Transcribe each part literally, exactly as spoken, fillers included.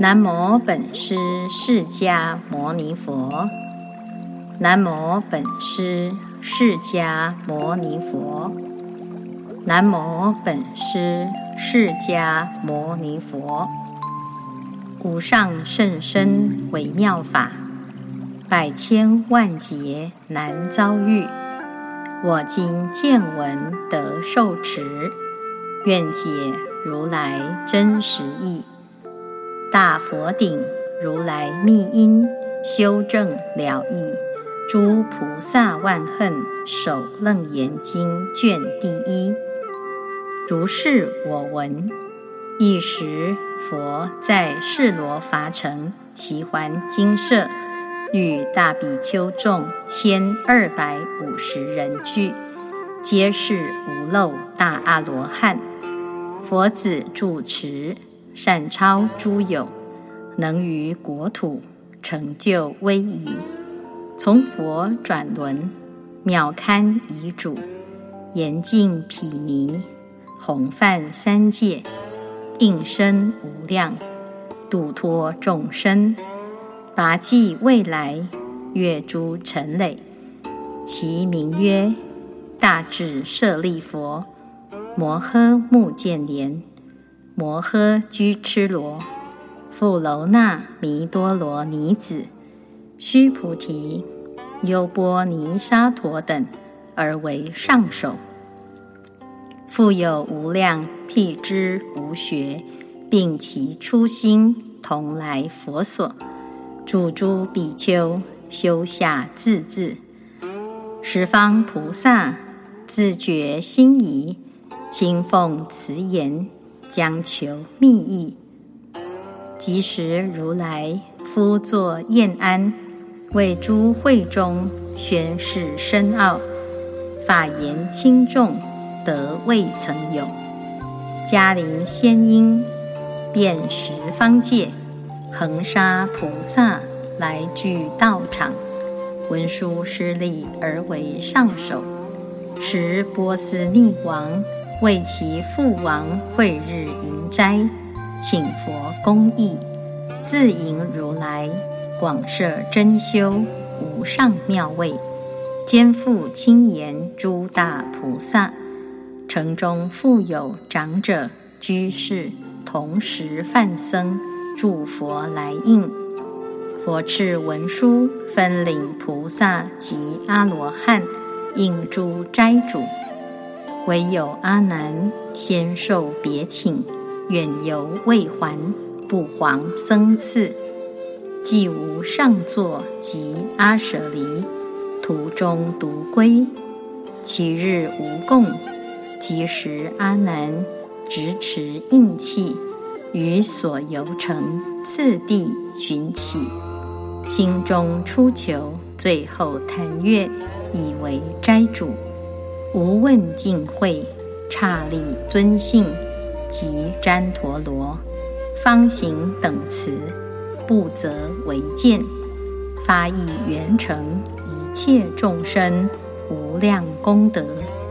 南无本师释迦牟尼佛。南无本师释迦牟尼佛。南无本师释迦牟尼佛。无上甚深微妙法，百千万劫难遭遇。我今见闻得受持，愿解如来真实义。大佛顶如来密因，修正了义。诸菩萨万恨首楞严经卷第一。如是我闻。一时佛在示罗伐城齐桓精舍，与大比丘众千二百五十人俱，皆是无漏大阿罗汉。佛子住持，善超诸有，能于国土成就威仪。从佛转轮，妙堪遗主，严净毗尼，弘范三界，应身无量，度脱众生，拔济未来，越诸尘累。其名曰大智舍利佛、摩诃目犍连、摩诃居痴罗、富楼那弥多罗尼子、须菩提、优波尼沙陀等，而为上首。复有无量辟支无学，并其初心，同来佛所，诸诸比丘修下自恣。十方菩萨自觉心仪，亲奉慈言，将求密意。即时如来敷作宴安，为诸会中宣示深奥，法言轻重，得未曾有。迦陵仙音，遍十方界，恒沙菩萨来具道场，文殊师利而为上首。时波斯匿王为其父王会日迎斋，请佛公益，自迎如来，广设真修无上妙位，肩负亲言诸大菩萨。城中复有长者居士，同时梵僧诸佛来应。佛敕文书，分领菩萨及阿罗汉，应诸斋主。唯有阿难先受别请，远游未还，不遑僧次。既无上座及阿舍离，途中独归。其日无供，即时阿难执持印器，于所游城次第寻起，心中初求，最后谈悦，以为斋主。无问尽会，刹利尊姓及旃陀罗，方行等词，不择为见，发意圆成一切众生无量功德。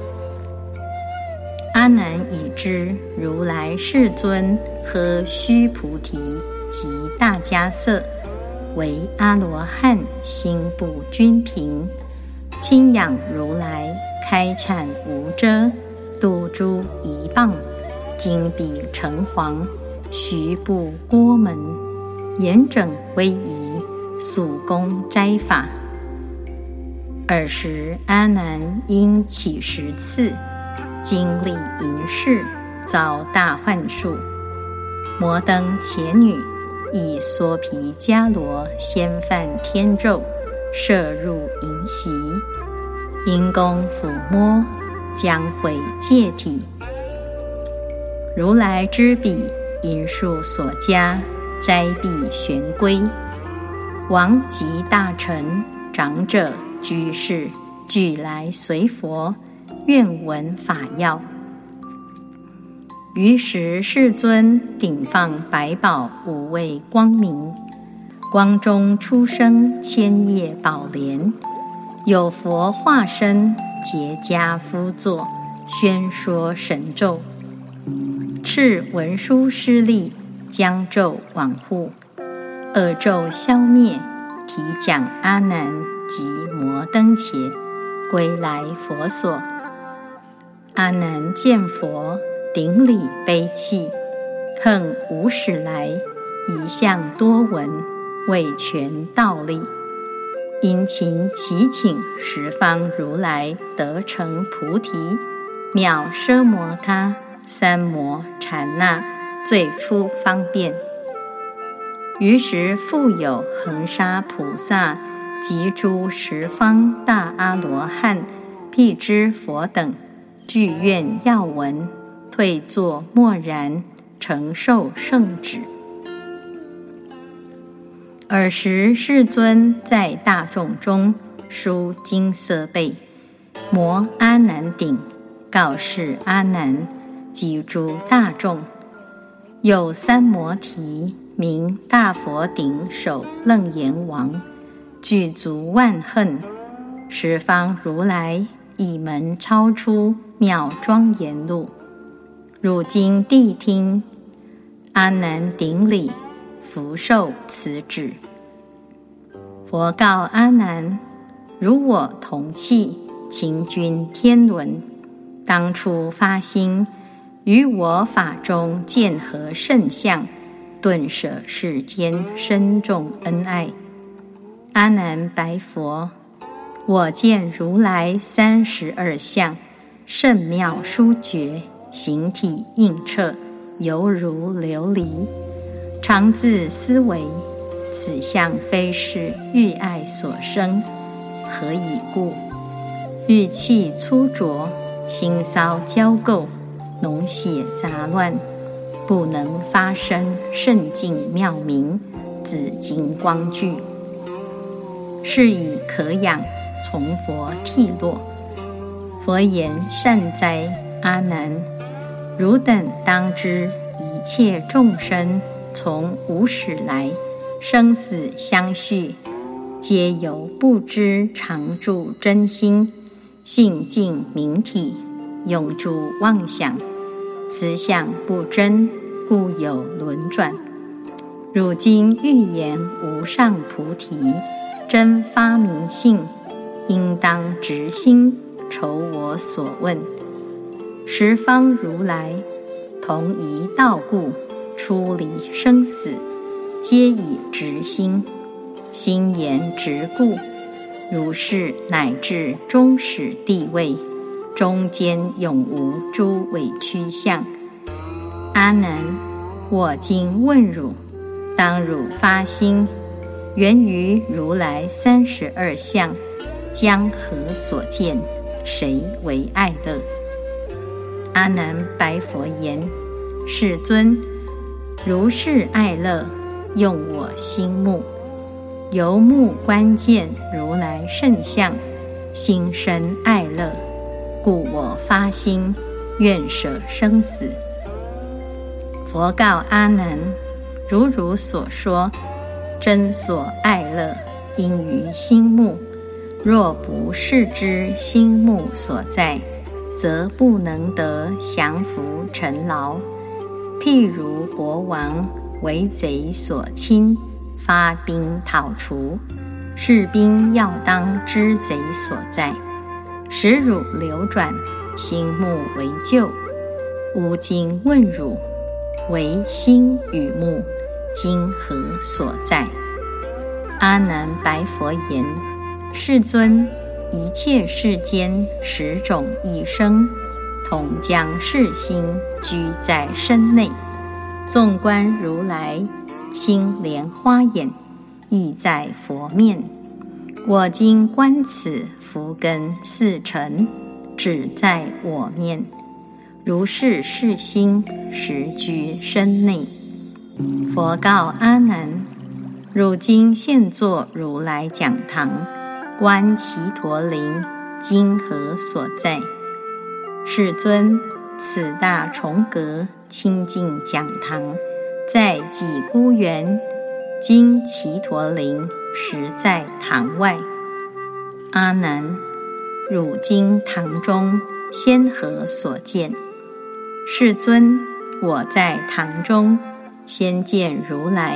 阿难已知如来世尊呵须菩提及大迦叶，为阿罗汉心不均平，亲仰如来开阐无遮，度诸夷谤，金笔成黄，徐布郭门，严整威仪，速攻斋法。尔时阿难因起食次，经历淫事，遭大幻术。摩登伽女以娑毗迦罗先犯天咒，摄入淫习，因功抚摸，将毁戒体。如来知彼因术所加，斋必旋归。王及大臣、长者、居士俱来随佛，愿闻法要。于时世尊顶放百宝五位光明，光中出生千叶宝莲，有佛化身结跏趺坐，宣说神咒。敕文殊师利将咒往护， 恶咒消灭，提讲阿难及摩登伽归来佛所。阿难见佛，顶礼悲泣，恨无始来，一向多闻，未全道力。殷勤祈请十方如来得成菩提，妙奢摩他三摩禅那最初方便。于时复有恒沙菩萨及诸十方大阿罗汉、辟支佛等，具愿要闻，退坐默然，承受圣旨。尔时世尊在大众中梳金色被，摩阿难顶，告示阿难及诸大众：有三摩提名大佛顶首楞严王，具足万恨，十方如来一门超出妙庄严路。汝今谛听。阿难顶礼，福受此旨。佛告阿难：如我同契，勤君天伦，当初发心，于我法中见合圣相，顿舍世间深重恩爱。阿难白佛：我见如来三十二相，甚妙殊绝，形体映彻，犹如琉璃。常自思维，此相非是欲爱所生，何以故？欲气粗浊，心骚交垢，脓血杂乱，不能发生圣净妙明，紫金光具。是以可养，从佛剃落。佛言：善哉，阿难！汝等当知，一切众生从无始来，生死相续，皆由不知常住真心，性净明体，永住妄想，此相不真，故有轮转。汝今欲言无上菩提，真发明性，应当直心，酬我所问。十方如来同一道故，出离生死，皆以直心，心言直故，如是乃至终始地位，中间永无诸委屈相。阿难，我今问汝，当汝发心，源于如来三十二相，将何所见？谁为爱乐？阿难白佛言：世尊，如是爱乐，用我心目，由目观见如来圣相，心生爱乐，故我发心，愿舍生死。佛告阿难：如汝所说，真所爱乐，因于心目。若不视之心目所在，则不能得降伏尘劳。譬如国王为贼所侵，发兵讨除，士兵要当知贼所在，使汝流转，心目为救。吾今问汝，唯心与目，今何所在？阿难白佛言：世尊，一切世间十种异生，同将是心居在身内。纵观如来青莲花眼，亦在佛面。我今观此福根四尘，只在我面。如是是心，实居身内。佛告阿难：汝今现作如来讲堂，观祇陀林，今何所在？世尊，此大重阁清净讲堂，在己孤园，今祇陀林实在堂外。阿难，汝今堂中先何所见？世尊，我在堂中先见如来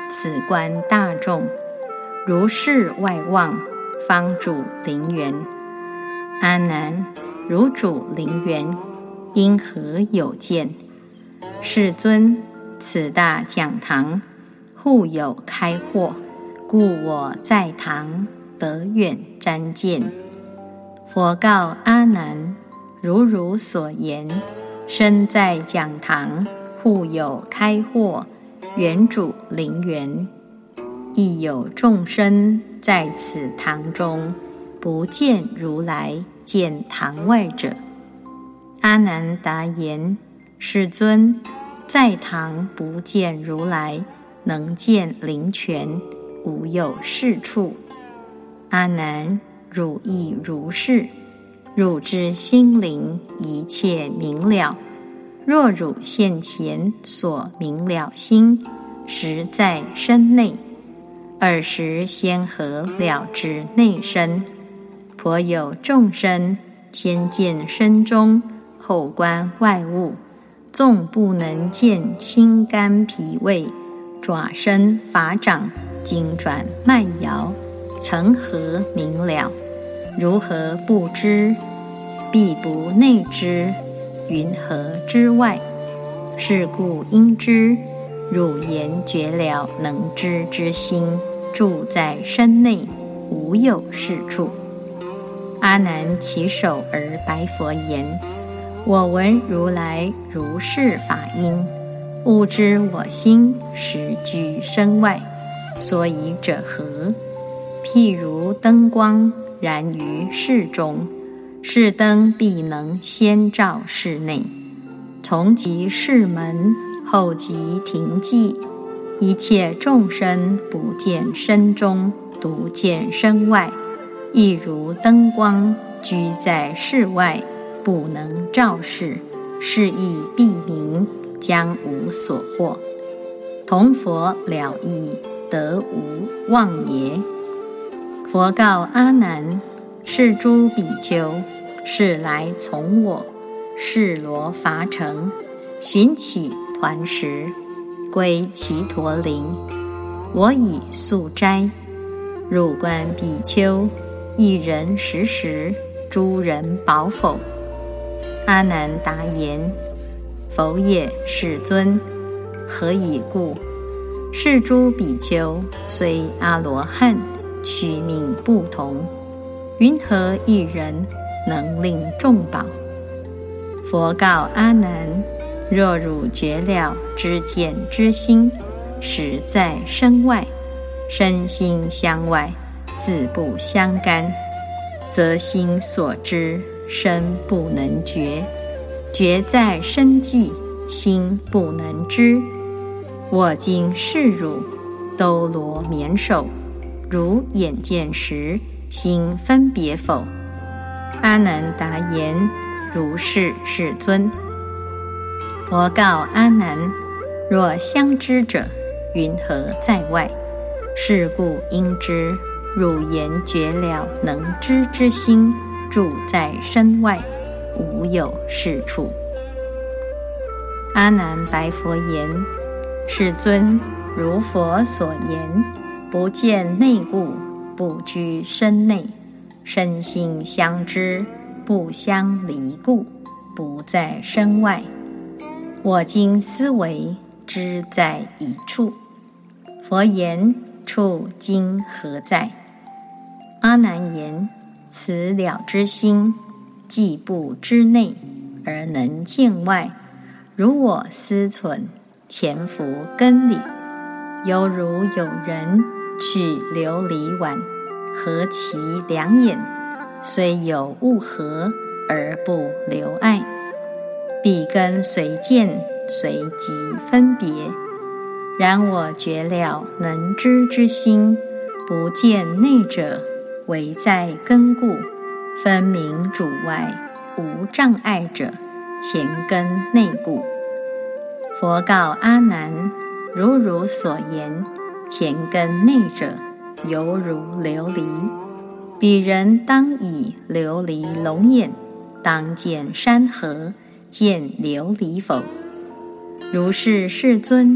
此观大众，如是外望，方主灵源。阿难，汝主灵源，因何有见？世尊，此大讲堂，户有开豁，故我在堂得远瞻见。佛告阿难，如汝所言，身在讲堂，户有开豁，远主灵源。亦有众生在此堂中，不见如来，见堂外者。阿难答言：世尊，在堂不见如来，能见灵泉，无有是处。阿难，汝亦如是。汝之心灵一切明了，若汝现前所明了心，实在身内。尔时先合了知内身。颇有众生先见身中，后观外物，纵不能见心肝脾胃、爪身法掌、经转脉摇，成何明了？如何不知？必不内知，云何之外？是故应知，汝言觉了能知之心，住在身内，无有是处。阿难起手而白佛言：我闻如来如是法音，悟知我心实居身外，所以者何？譬如灯光燃于室中，是灯必能先照室内，从即室门，后即庭际。一切众生不见身中，独见身外，亦如灯光居在室外，不能照室，是亦必明，将无所获。同佛了义，得无妄也。佛告阿难：是诸比丘，是来从我示罗伐城，寻起团食，归祇陀林。我已素斋。汝观比丘，一人食时，诸人饱否？阿难答言：否也，世尊。何以故？是诸比丘虽阿罗汉，取名不同，云何一人能令众饱？佛告阿难：若汝觉了知见之心，实在身外，身心相外，自不相干，则心所知，身不能觉；觉在身际，心不能知。我今示汝兜罗绵手，汝眼见时，心分别否？阿难答言：如是，世尊。佛告阿难：若相知者，云何在外？是故应知，汝言觉了能知之心，住在身外，无有是处。阿难白佛言：世尊，如佛所言，不见内故，不居身内，身心相知，不相离故，不在身外。我今思维，知在一处。佛言：处今何在？阿难言：此了知心，既不知内，而能见外，如我思忖，潜伏根里，犹如有人取琉璃碗，合其两眼，虽有物合，而不留碍。彼根随见，随即分别。然我觉了能知之心，不见内者，唯在根故，分明主外，无障碍者，前根内故。佛告阿难：如汝所言，前根内者，犹如琉璃。彼人当以琉璃笼眼，当见山河，见琉璃否？如是，世尊。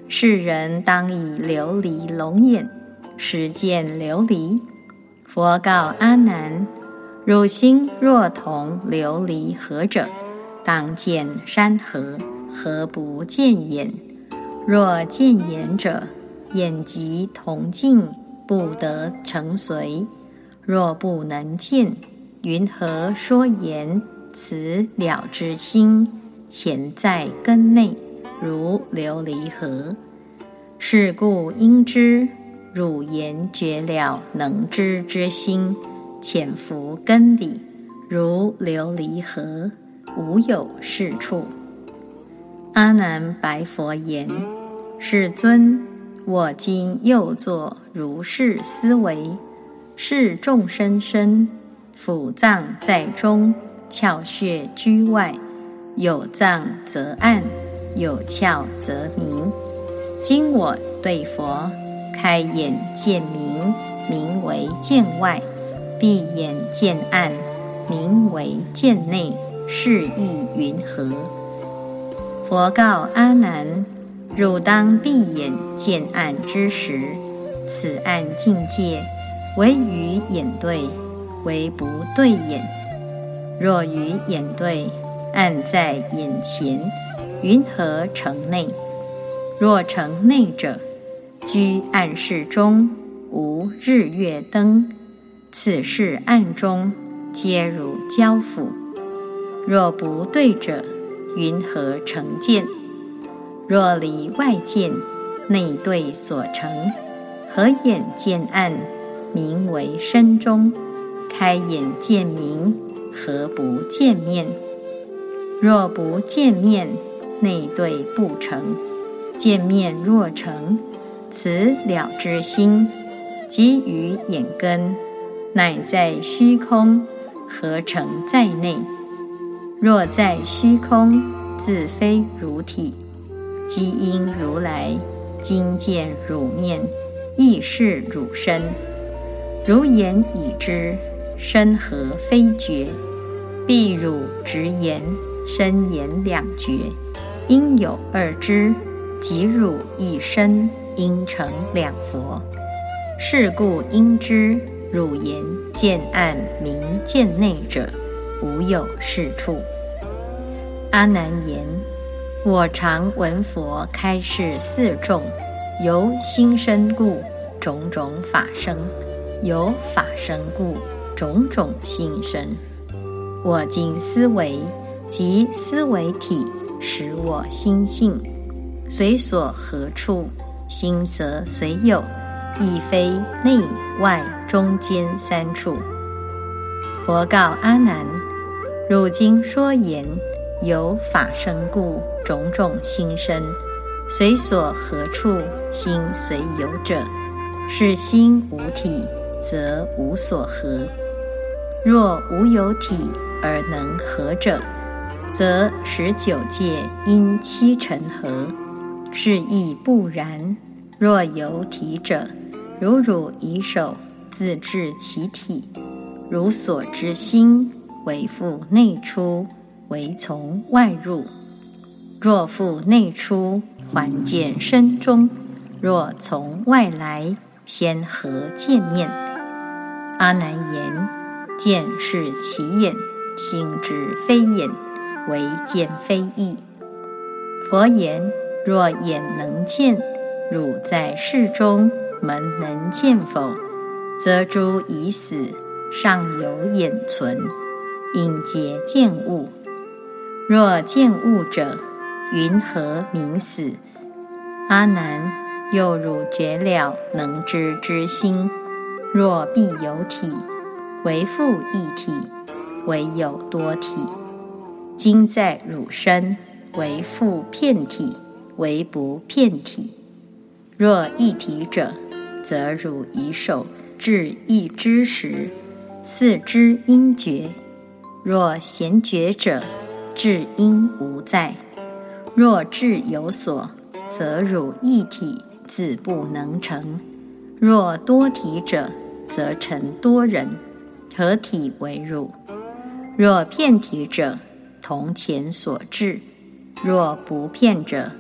世人当以琉璃龙眼实见琉璃。佛告阿难：汝心若同琉璃河者，当见山河，何不见眼？若见眼者，眼即同镜，不得成随。若不能见，云何说言？此了知心，潜在根内，如琉璃河。是故应知，汝言觉了能知之心，潜伏根里，如琉璃河，无有是处。阿难白佛言：世尊，我今又作如是思维，是众生身，腑脏在中，窍穴居外，有脏则暗，有窍则明。今我对佛，开眼见明，名为见外；闭眼见暗，名为见内。是意云何？佛告阿难：汝当闭眼见暗之时，此暗境界，唯于眼对，唯不对眼。若于眼对，暗在眼前，云何成内？若成内者，居暗室中，无日月灯，此室暗中，皆如交付。若不对者，云何成见？若离外见，内对所成，合眼见暗，名为身中；开眼见明，何不见面？若不见面，内对不成；见面若成，此了知心，即于眼根，乃在虚空，何成在内？若在虚空，自非如体，即因如来今见汝面，亦是汝身。如言已知，身何非觉？必汝直言，身言两觉，应有二知，即汝一身，应成两佛。是故应知，汝言见暗明见内者，无有是处。阿难言：我常闻佛开示四众，由心生故，种种法生；由法生故，种种心生。我今思维，即思维体，使我心性，随所何处，心则随有，亦非内外中间三处。佛告阿难：汝今说言，由法生故，种种心生，随所何处，心随有者，是心无体，则无所合。若无有体而能合者，则十九界因七成合，是亦不然。若有体者，如汝以手自治其体，如所知心，为复内出，为从外入。若复内出，还见身中；若从外来，先合见面。阿难言：见是其眼，心之非眼，唯见非意。佛言：若眼能见，汝在室中，门能见否？则诸已死，尚有眼存，应皆见物。若见物者，云何名死？阿难，又汝觉了能知之心，若必有体，为复一体，唯有多体。今在汝身，为复片体，为不片体。若一体者，则汝以手至一知时，四肢应觉；若闲觉者，智应无在。若智有所，则汝一体自不能成；若多体者，则成多人，何体为汝？若片体者，同前所至；若不片者，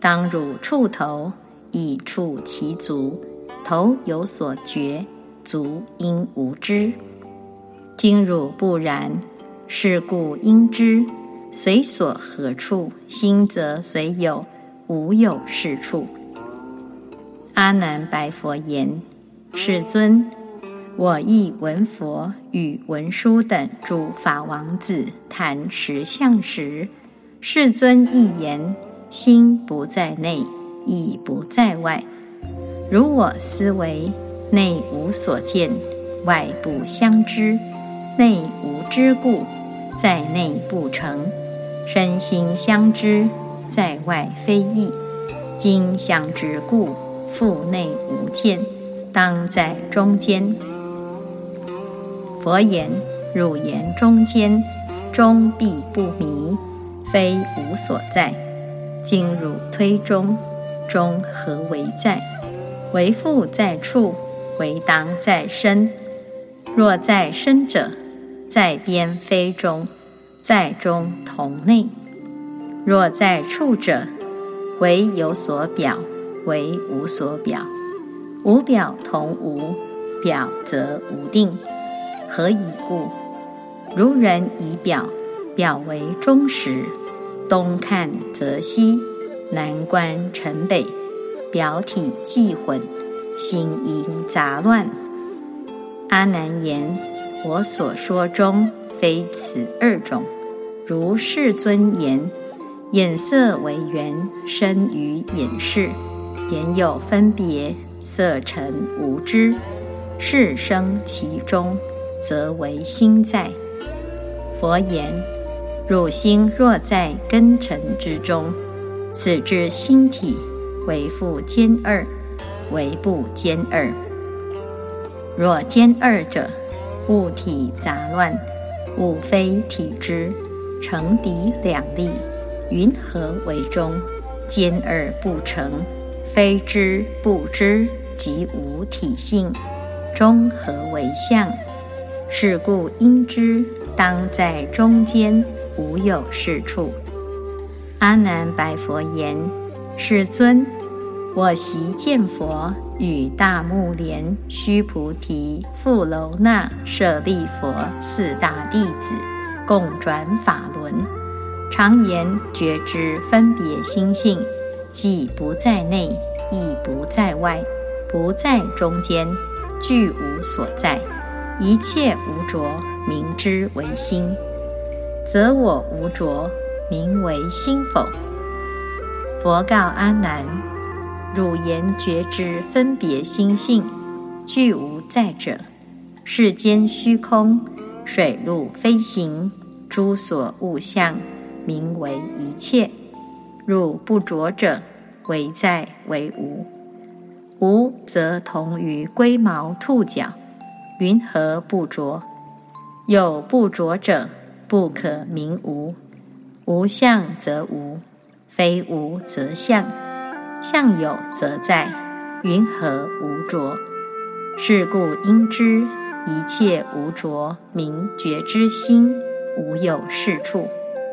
当汝触头，以触其足，头有所觉，足应无知。今汝不然，是故应知，随所何处，心则随有，无有是处。阿难白佛言：世尊，我亦闻佛与文殊等诸法王子谈实相时，世尊亦言：心不在内，亦不在外。如我思维，内无所见，外不相知，内无知故，在内不成。身心相知，在外非异。今相知故，腹内无见，当在中间。佛言：汝言中间，中必不迷，非无所在。今汝推中，中何为在？为复在处，为当在身。若在身者，在边非中，在中同内。若在处者，为有所表，为无所表。无表同无，表则无定。何以故？如人以表，表为中时，东看则西，南观成北，表体既混，心因杂乱。阿难言：我所说中，非此二种。如世尊言：眼色为缘，生于眼识，眼有分别，色尘无知，是生其中，则为心在。佛言：汝心若在根尘之中，此之心体，为复兼二，为不兼二。若兼二者，物体杂乱，物非体之，成敌两立，云何为中？兼二不成，非知不知，即无体性，中何为相？是故应知，当在中间，无有是处。阿难白佛言：世尊，我昔见佛与大目连、须菩提、富楼那、舍利弗四大弟子共转法轮，常言觉知分别心性，既不在内，亦不在外，不在中间，俱无所在，一切无着，名之为心。则我无着，名为心否？佛告阿难：汝言觉知分别心性，俱无在者，世间虚空，水陆飞行，诸所物象，名为一切。汝不着者，为在为无。无则同于龟毛兔角，云何不着？有不着者，不可名无。无相则无，非无则相。相有则在，云何无着？是故应知，一切无着，名觉知心，无有是处。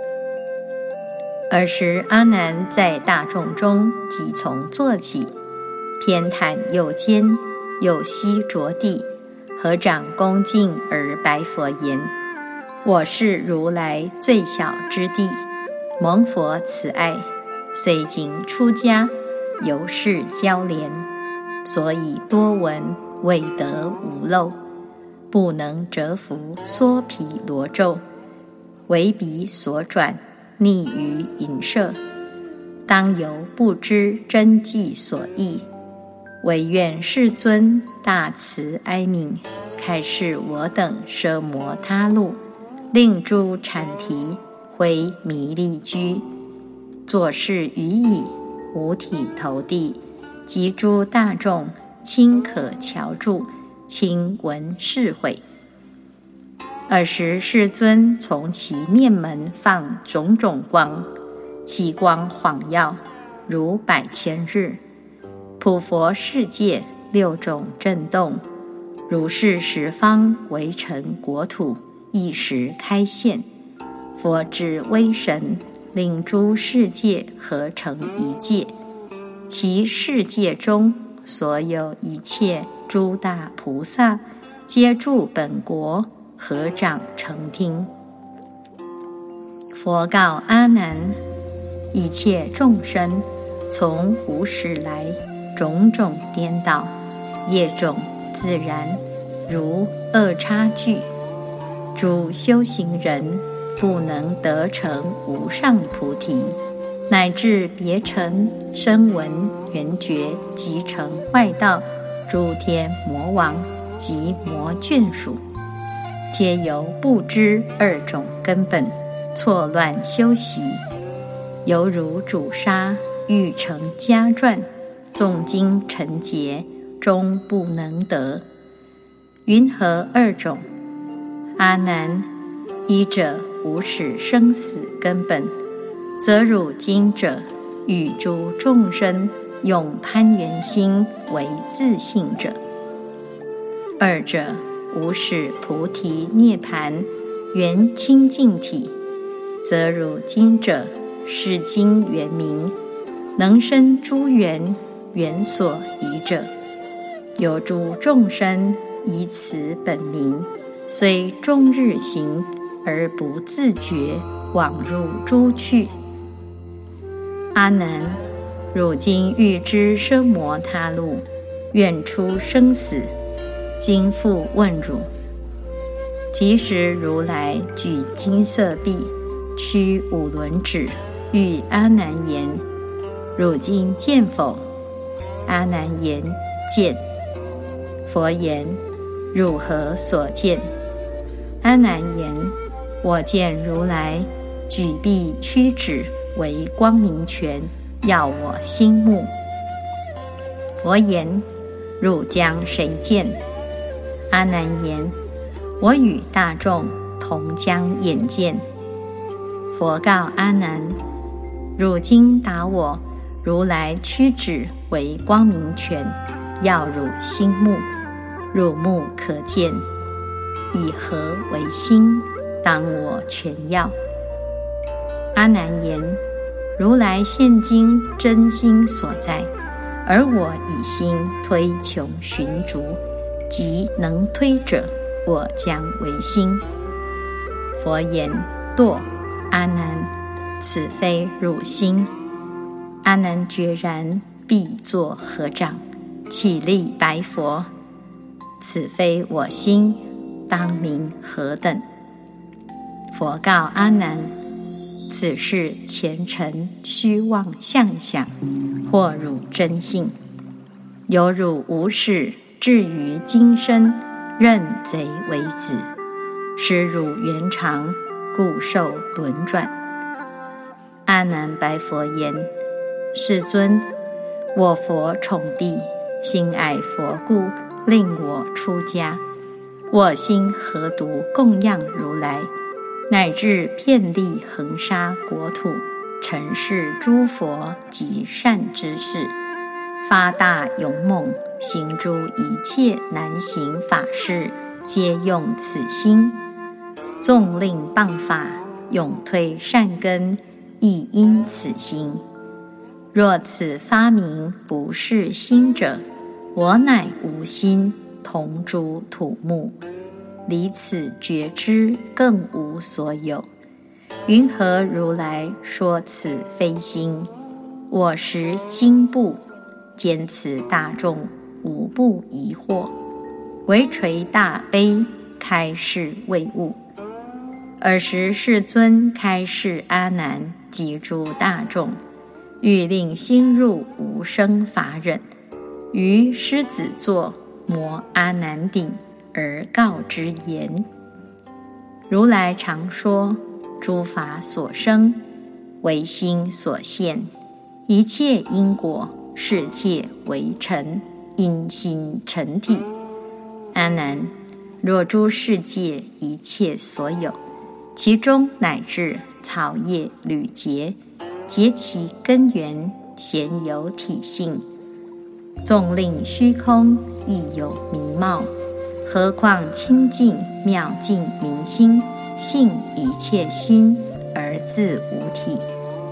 尔时阿难在大众中即从坐起，偏袒右肩，右膝着地，合掌恭敬而白佛言：我是如来最小之弟，蒙佛慈爱，虽今出家，由是交连，所以多闻，未得无漏，不能折伏缩皮罗咒，为彼所转，溺于淫舍，当由不知真迹所译。唯愿世尊大慈哀悯，开示我等奢摩他路，令诸阐提回弥利居，作是语已，五体投地，及诸大众亲可瞧住，亲闻是悔。尔时世尊从其面门放种种光，其光晃耀，如百千日。普佛世界六种震动，如是十方围城国土，一时开现。佛智威神，令诸世界合成一界， 其世界中所有一切诸大菩萨，皆住本国，合掌成听。佛告阿难：一切众生从无始来，种种颠倒，业种自然，如恶差距。诸修行人不能得成无上菩提，乃至别尘、声闻、缘觉及成外道、诸天魔王及魔眷属，皆由不知二种根本，错乱修习，犹如主沙欲成家传，纵经成劫，终不能得。云何二种？阿难，一者无始生死根本，则汝今者与诸众生用攀缘心为自性者；二者无始菩提涅盘缘清净体，则汝今者是经圆明，能生诸缘，缘所依者。有诸众生依此本名，虽终日行，而不自觉，往入诸趣。阿难，汝今欲知奢摩他路，愿出生死，今复问汝。即时如来举金色臂，屈五轮指，欲阿难言：汝今见否？阿难言：见。佛言：汝何所见？阿难言：我见如来举臂屈指为光明泉，耀我心目。佛言：汝将谁见？阿难言：我与大众同将眼见。佛告阿难：汝今答我，如来屈指为光明泉，耀汝心目，汝目可见，以何为心？当我全耀。阿难言：如来现今真心所在，而我以心推穷寻逐，即能推者，我将为心。佛言：堕！阿难，此非汝心。阿难决然，必作合掌，起立白佛：此非我心，当名何等？佛告阿难：此是前尘虚妄相想，或汝真性。有汝无始至于今生，认贼为子，施汝缘长，故受轮转。阿难白佛言：世尊，我佛宠弟，心爱佛故，令我出家。我心何独供养如来，乃至遍历恒沙国土，尘世诸佛及善知识，发大勇猛，行诸一切难行法事，皆用此心。纵令谤法，永退善根，亦因此心。若此发明不是心者，我乃无心，同诸土木，离此觉知，更无所有。云何如来说此非心？我实今不见此大众无不疑惑，唯垂大悲，开示慰悟。尔时世尊开示阿难及诸大众，欲令心入无生法忍，于狮子座摩阿难顶，而告之言：如来常说，诸法所生，唯心所现，一切因果，世界为尘，因心成体。阿难，若诸世界一切所有，其中乃至草叶缕节，结其根源，咸有体性。纵令虚空亦有名貌，何况清净妙净明心，性一切心而自无体。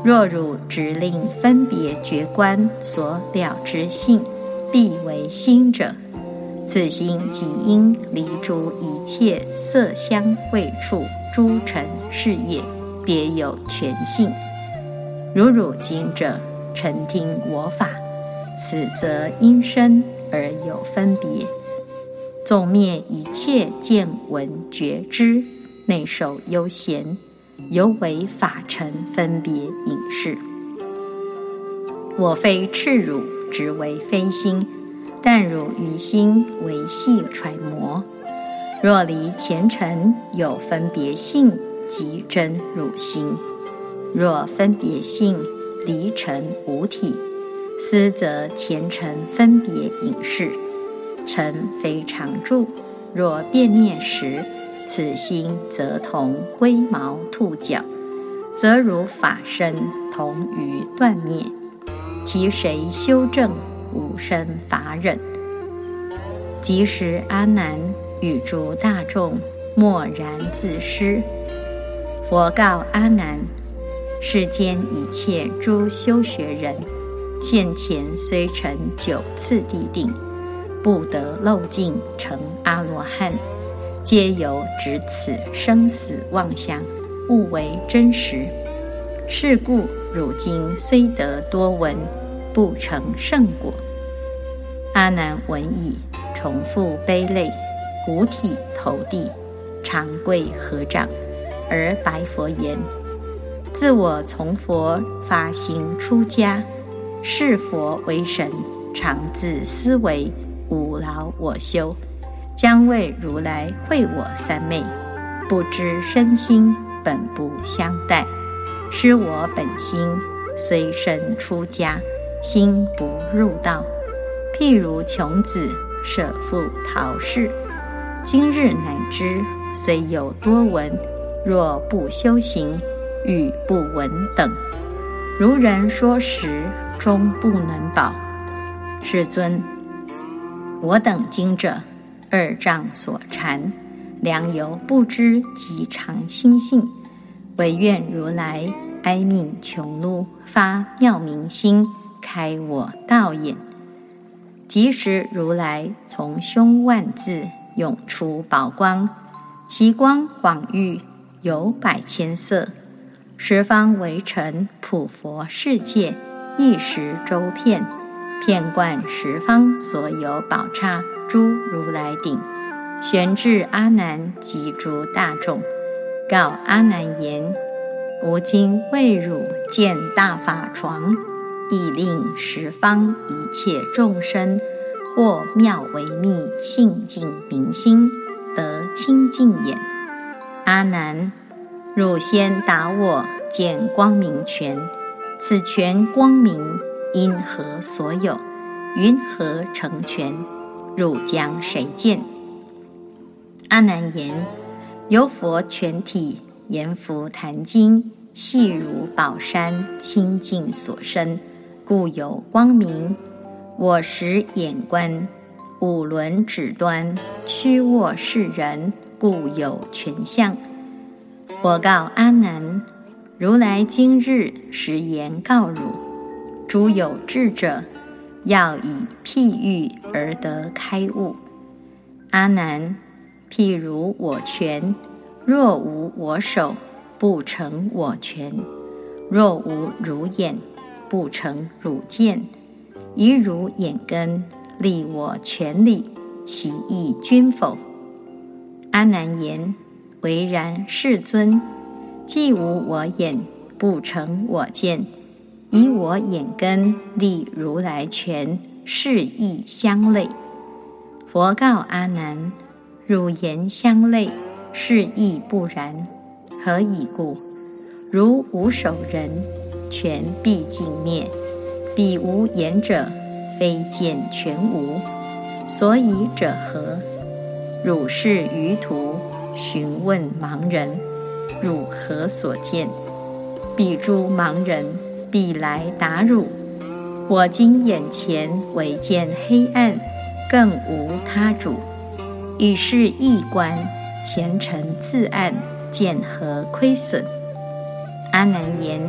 若汝直令分别觉观所了之性，必为心者，此心即应离诸一切色香味触诸尘事业，别有全性。如汝今者沉听我法，此则因身而有分别，纵灭一切见闻觉知，内受悠闲，犹为法尘分别隐士。我非斥汝，只为非心，但汝于心为细揣摩。若离前尘有分别性，即真汝心；若分别性离尘无体，斯则前尘分别隐士。尘非常住，若变灭时，此心则同龟毛兔角，则如法身同于断灭，其谁修正无生法忍？即时阿难与诸大众默然自失。佛告阿难：世间一切诸修学人，现前虽成九次第定，不得漏尽成阿罗汉，皆由执此生死妄想，误为真实。是故汝今虽得多闻，不成圣果。阿难闻已，重复悲泪，五体投地，长跪合掌，而白佛言：自我从佛发心出家，视佛为神，常自思维，无劳我修，将为如来会我三昧，不知身心本不相待，失我本心，虽身出家，心不入道。譬如穷子舍父逃世，今日乃知，虽有多闻，若不修行，与不闻等。如人说时，终不能保。世尊，我等今者二障所缠，良由不知极常心性，唯愿如来哀悯穷怒，发妙明心，开我道眼。即时如来从胸万字涌出宝光，其光晃喻有百千色，十方围城普佛世界，一时周遍，遍贯十方所有宝刹诸如来顶，悬至阿难及诸大众，告阿难言：吾今为汝建大法床，以令十方一切众生，或妙为密，性净明心，得清净眼。阿难，汝先答我见光明权，此权光明因何所有？云何成权？汝将谁见？阿难言：由佛全体，阎浮檀经，细如宝山，清净所生，故有光明。我实眼观，五轮指端，屈卧世人，故有全相。佛告阿难：如来今日实言告汝，诸有智者，要以譬喻而得开悟。阿难，譬如我权，若无我手，不成我权；若无汝眼，不成汝见。以汝眼根立我权理，其意均否？阿难言：唯然，世尊。既无我眼，不成我见，以我眼根立如来权，是亦相类。佛告阿难：汝言相类，是亦不然。何以故？如无手人，权必尽灭；彼无眼者，非见全无。所以者何？汝是愚徒，询问盲人，汝何所见？彼诸盲人必来答汝：我今眼前唯见黑暗，更无他主。以是异观，前尘自暗，见何亏损？阿难言：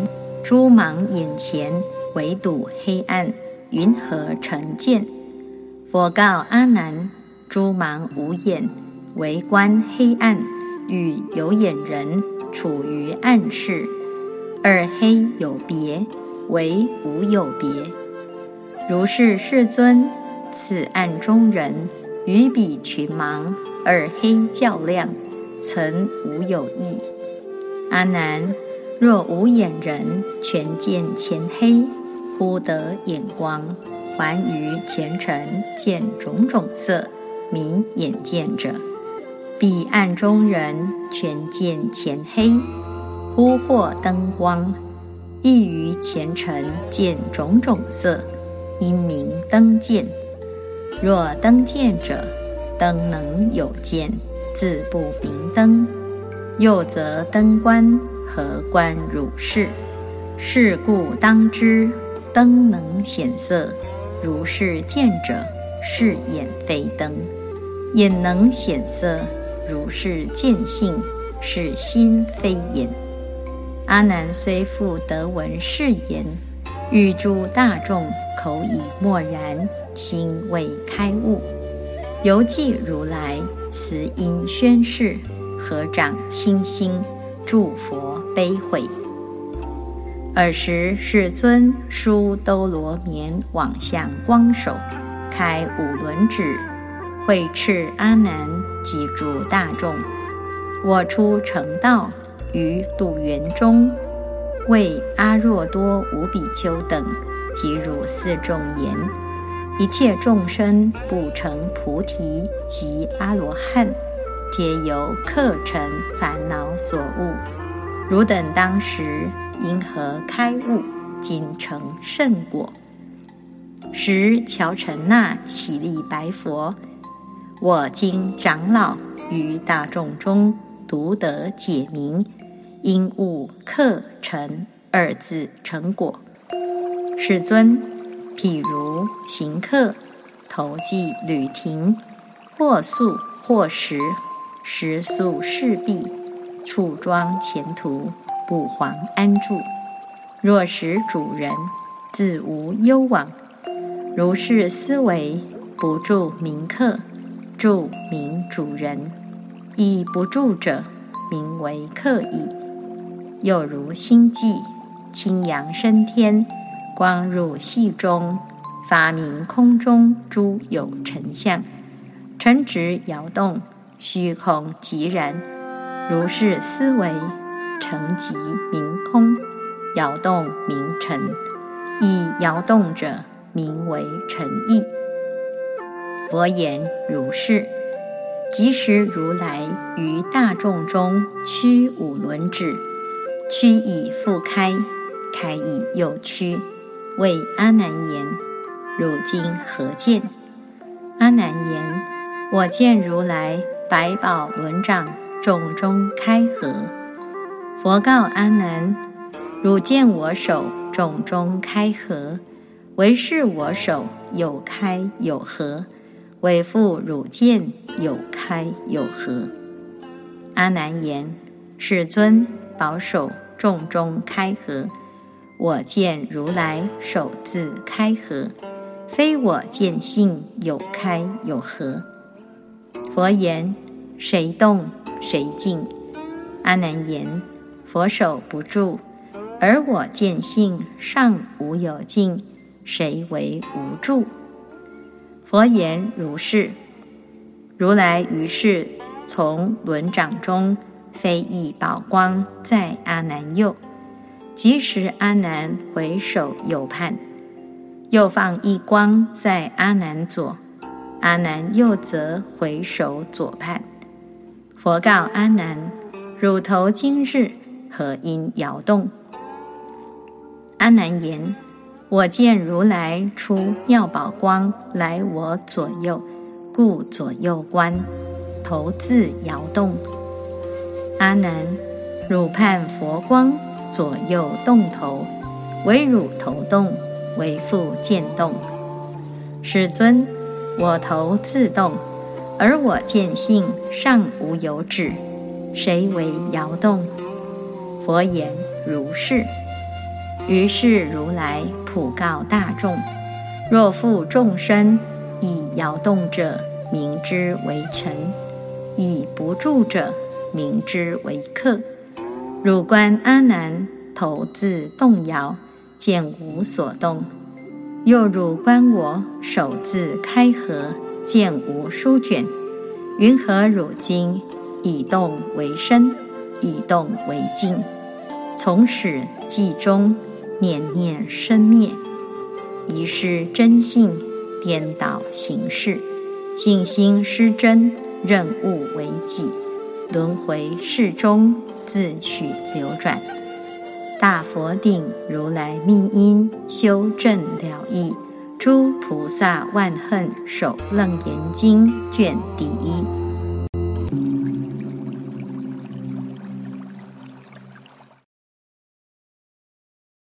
诸盲眼前，唯睹黑暗，云何成见？佛告阿难：诸盲无眼，唯观黑暗，与有眼人处于暗室，二黑有别，唯无有别。如是世尊，此暗中人与彼群盲，二黑较量，曾无有异。阿难，若无眼人全见前黑，忽得眼光，还于前尘，见种种色，名眼见者。彼暗中人全见前黑，忽获灯光，亦于前尘见种种色，因名灯见。若灯见者，灯能有见，自不明灯。又则灯观，何观如是？是故当知，灯能显色，如是见者，是眼非灯；眼能显色，如是见性，是心非眼。阿难虽复得闻是言，欲诸大众口已默然，心未开悟。犹记如来慈音宣示，合掌倾心，祝佛悲悔。尔时世尊疏兜罗棉往向光手，开五轮指，慧斥阿难及诸大众：我出成道于度园中，为阿若多无比丘等及汝四众言：一切众生不成菩提及阿罗汉，皆由客尘烦恼所误。汝等当时因何开悟，今成圣果？时乔陈那起立白佛：我今长老于大众中独得解明，因悟客尘二字成果。世尊，譬如行客投寄旅亭，或宿或食，食宿事毕，处庄前途，不遑安住。若使主人，自无忧往。如是思维，不住名客，住名主人。以不住者，名为客矣。又如星际，清阳升天，光入隙中，发明空中诸有成相，尘直摇动，虚空寂然。如是思维，成即名空，摇动名尘，以摇动者名为尘意。佛言如是。即时如来于大众中屈五轮指，屈以复开，开以又屈，谓阿难言：汝今何见？阿难言：我见如来百宝轮掌，众中开合。佛告阿难：汝见我手众中开合，唯是我手有开有合，唯复汝见有开有合。阿难言：世尊，宝手众中开合，我见如来手自开合，非我见性有开有合。佛言：谁动谁静？阿难言：佛手不住，而我见性尚无有静，谁为无住？佛言如是。如来于是从轮掌中飞一宝光在阿难右，即时阿难回首右畔，又放一光在阿难左，阿难又则回首左畔。佛告阿难：汝头今日何因摇动？阿难言：我见如来出妙宝光来我左右，故左右观，头自摇动。阿难，汝盼佛光左右动头，唯汝头动，唯复见动。世尊，我头自动，而我见性尚无有止，谁为摇动？佛言如是。 于是如来普告大众：若复众生以摇动者，名之为尘；以不住者，名之为客。汝观阿难，头自动摇，见无所动；又汝观我，手自开合，见无书卷。云何汝今以动为身，以动为静？从始即终，念念生灭，疑是真性，颠倒行事，信心失真，任务为己，轮回世中，自取流转。大佛顶如来密因，修正了义，诸菩萨万恨手楞严经卷第一。